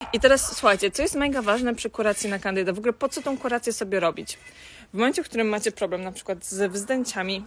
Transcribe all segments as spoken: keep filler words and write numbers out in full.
I teraz słuchajcie, co jest mega ważne przy kuracji na Candida? W ogóle po co tą kurację sobie robić? W momencie, w którym macie problem na przykład z wzdęciami,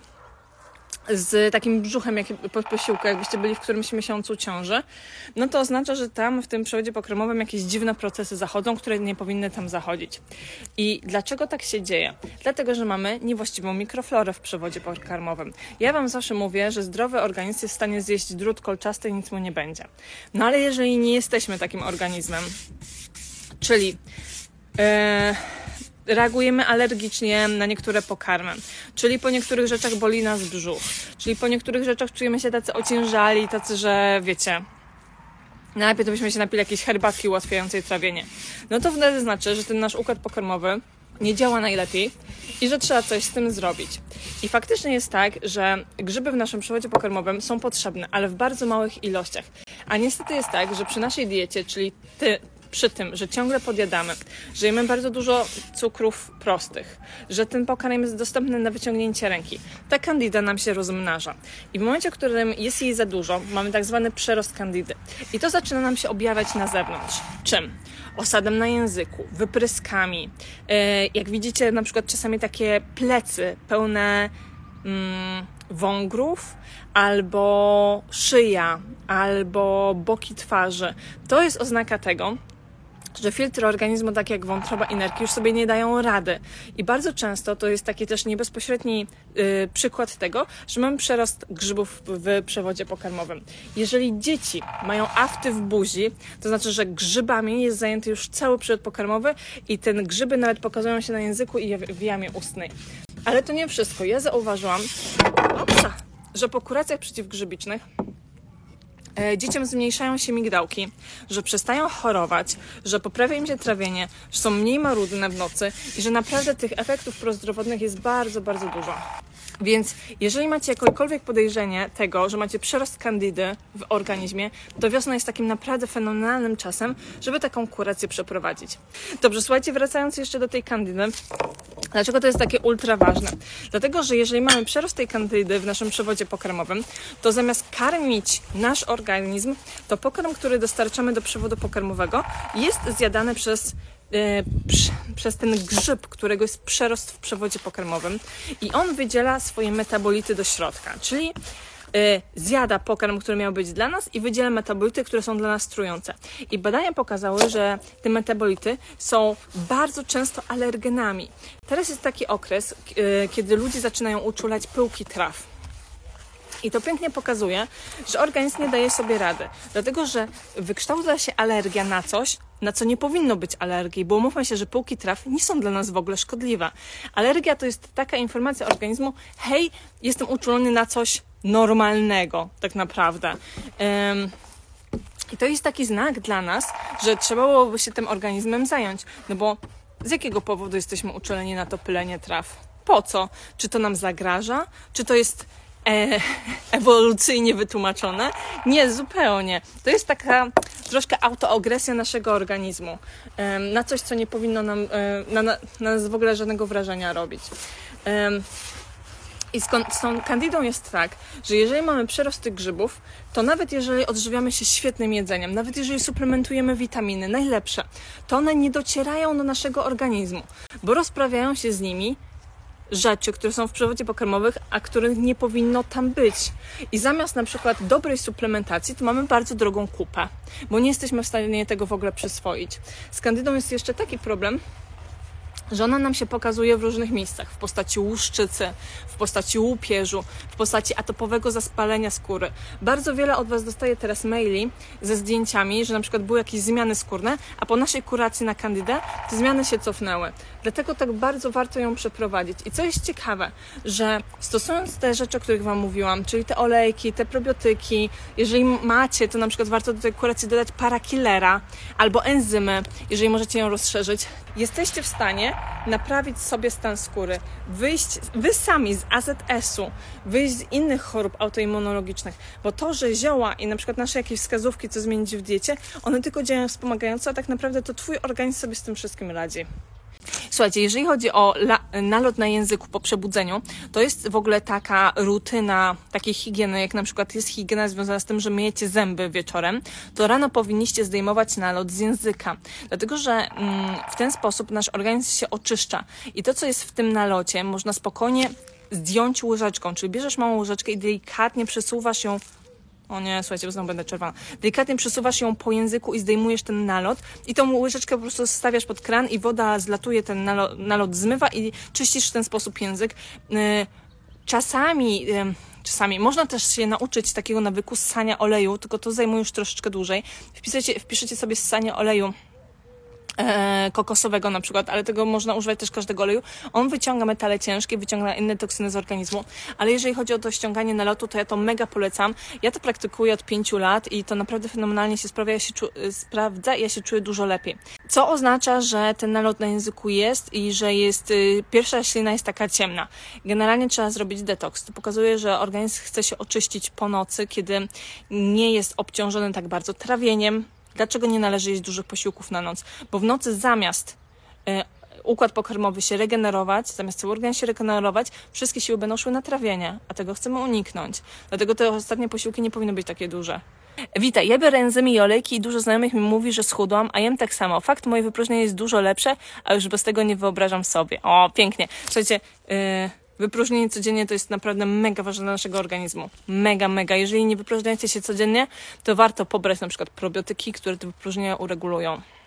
z takim brzuchem jak po posiłku, jakbyście byli w którymś miesiącu ciąży, no to oznacza, że tam w tym przewodzie pokarmowym jakieś dziwne procesy zachodzą, które nie powinny tam zachodzić. I dlaczego tak się dzieje? Dlatego, że mamy niewłaściwą mikroflorę w przewodzie pokarmowym. Ja wam zawsze mówię, że zdrowy organizm jest w stanie zjeść drut kolczasty i nic mu nie będzie. No ale jeżeli nie jesteśmy takim organizmem, czyli Yy, reagujemy alergicznie na niektóre pokarmy, czyli po niektórych rzeczach boli nas brzuch, czyli po niektórych rzeczach czujemy się tacy ociężali, tacy, że wiecie, najlepiej to byśmy się napili jakiejś herbatki ułatwiającej trawienie. No to wtedy znaczy, że ten nasz układ pokarmowy nie działa najlepiej i że trzeba coś z tym zrobić. I faktycznie jest tak, że grzyby w naszym przewodzie pokarmowym są potrzebne, ale w bardzo małych ilościach. A niestety jest tak, że przy naszej diecie, czyli ty, przy tym, że ciągle podjadamy, że jemy bardzo dużo cukrów prostych, że ten pokarm jest dostępny na wyciągnięcie ręki, ta Candida nam się rozmnaża. I w momencie, w którym jest jej za dużo, mamy tak zwany przerost Candidy. I to zaczyna nam się objawiać na zewnątrz. Czym? Osadem na języku, wypryskami. Jak widzicie, na przykład czasami takie plecy pełne mm, wągrów, albo szyja, albo boki twarzy. To jest oznaka tego, że filtry organizmu, tak jak wątroba i nerki, już sobie nie dają rady. I bardzo często to jest taki też niebezpośredni yy, przykład tego, że mamy przerost grzybów w przewodzie pokarmowym. Jeżeli dzieci mają afty w buzi, to znaczy, że grzybami jest zajęty już cały przewód pokarmowy i te grzyby nawet pokazują się na języku i w jamie ustnej. Ale to nie wszystko. Ja zauważyłam, opsa, że po kuracjach przeciwgrzybicznych e, dzieciom zmniejszają się migdałki, że przestają chorować, że poprawia im się trawienie, że są mniej marudne w nocy i że naprawdę tych efektów prozdrowotnych jest bardzo, bardzo dużo. Więc jeżeli macie jakiekolwiek podejrzenie tego, że macie przerost Candidy w organizmie, to wiosna jest takim naprawdę fenomenalnym czasem, żeby taką kurację przeprowadzić. Dobrze, słuchajcie, wracając jeszcze do tej Candidy, dlaczego to jest takie ultra ważne? Dlatego, że jeżeli mamy przerost tej Candidy w naszym przewodzie pokarmowym, to zamiast karmić nasz organizm, to pokarm, który dostarczamy do przewodu pokarmowego, jest zjadany przez przez ten grzyb, którego jest przerost w przewodzie pokarmowym i on wydziela swoje metabolity do środka, czyli zjada pokarm, który miał być dla nas i wydziela metabolity, które są dla nas trujące. I badania pokazały, że te metabolity są bardzo często alergenami. Teraz jest taki okres, kiedy ludzie zaczynają uczulać pyłki traw. I to pięknie pokazuje, że organizm nie daje sobie rady, dlatego że wykształca się alergia na coś, na co nie powinno być alergii, bo umówmy się, że pyłki traw nie są dla nas w ogóle szkodliwe. Alergia to jest taka informacja organizmu, hej, jestem uczulony na coś normalnego, tak naprawdę. Um, I to jest taki znak dla nas, że trzeba byłoby się tym organizmem zająć, no bo z jakiego powodu jesteśmy uczuleni na to pylenie traw? Po co? Czy to nam zagraża? Czy to jest E, ewolucyjnie wytłumaczone? Nie, zupełnie. To jest taka troszkę autoagresja naszego organizmu e, na coś, co nie powinno nam e, na, na, na nas w ogóle żadnego wrażenia robić. E, I z, z tą Candidą jest tak, że jeżeli mamy przerost tych grzybów, to nawet jeżeli odżywiamy się świetnym jedzeniem, nawet jeżeli suplementujemy witaminy, najlepsze, to one nie docierają do naszego organizmu, bo rozprawiają się z nimi rzeczy, które są w przewodzie pokarmowym, a których nie powinno tam być. I zamiast na przykład dobrej suplementacji, to mamy bardzo drogą kupę, bo nie jesteśmy w stanie tego w ogóle przyswoić. Z Candidą jest jeszcze taki problem, że ona nam się pokazuje w różnych miejscach, w postaci łuszczycy, w postaci łupieżu, w postaci atopowego zaspalenia skóry. Bardzo wiele od Was dostaje teraz maili ze zdjęciami, że na przykład były jakieś zmiany skórne, a po naszej kuracji na Candidę te zmiany się cofnęły. Dlatego tak bardzo warto ją przeprowadzić. I co jest ciekawe, że stosując te rzeczy, o których Wam mówiłam, czyli te olejki, te probiotyki, jeżeli macie, to na przykład warto do tej kuracji dodać parakillera albo enzymy, jeżeli możecie ją rozszerzyć, jesteście w stanie naprawić sobie stan skóry, wyjść wy sami z A Z S-u, wyjść z innych chorób autoimmunologicznych, bo to, że zioła i na przykład nasze jakieś wskazówki, co zmienić w diecie, one tylko działają wspomagająco, a tak naprawdę to Twój organizm sobie z tym wszystkim radzi. Słuchajcie, jeżeli chodzi o nalot na języku po przebudzeniu, to jest w ogóle taka rutyna takiej higieny, jak na przykład jest higiena związana z tym, że myjecie zęby wieczorem, to rano powinniście zdejmować nalot z języka, dlatego że mm, w ten sposób nasz organizm się oczyszcza i to, co jest w tym nalocie, można spokojnie zdjąć łyżeczką, czyli bierzesz małą łyżeczkę i delikatnie przesuwasz ją. O nie, słuchajcie, bo znowu będę czerwona. Delikatnie przesuwasz ją po języku i zdejmujesz ten nalot i tą łyżeczkę po prostu stawiasz pod kran i woda zlatuje, ten nalot, nalot zmywa i czyścisz w ten sposób język. Czasami, czasami można też się nauczyć takiego nawyku ssania oleju, tylko to zajmuje już troszeczkę dłużej. Wpiszecie, wpiszecie sobie ssanie oleju E, kokosowego na przykład, ale tego można używać też każdego oleju. On wyciąga metale ciężkie, wyciąga inne toksyny z organizmu, ale jeżeli chodzi o to ściąganie nalotu, to ja to mega polecam. Ja to praktykuję od pięciu lat i to naprawdę fenomenalnie się sprawia, ja się czu, sprawdza i ja się czuję dużo lepiej. Co oznacza, że ten nalot na języku jest i że jest, y, pierwsza ślina jest taka ciemna. Generalnie trzeba zrobić detoks. To pokazuje, że organizm chce się oczyścić po nocy, kiedy nie jest obciążony tak bardzo trawieniem. Dlaczego nie należy jeść dużych posiłków na noc? Bo w nocy zamiast y, układ pokarmowy się regenerować, zamiast cały organizm się regenerować, wszystkie siły będą szły na trawienie, a tego chcemy uniknąć. Dlatego te ostatnie posiłki nie powinny być takie duże. Witaj, ja biorę enzymy i olejki i dużo znajomych mi mówi, że schudłam, a jem tak samo. Fakt, moje wypróżnienie jest dużo lepsze, a już bez tego nie wyobrażam sobie. O, pięknie. Słuchajcie, yy... wypróżnienie codziennie to jest naprawdę mega ważne dla naszego organizmu. Mega, mega. Jeżeli nie wypróżniacie się codziennie, to warto pobrać na przykład probiotyki, które te wypróżnienia uregulują.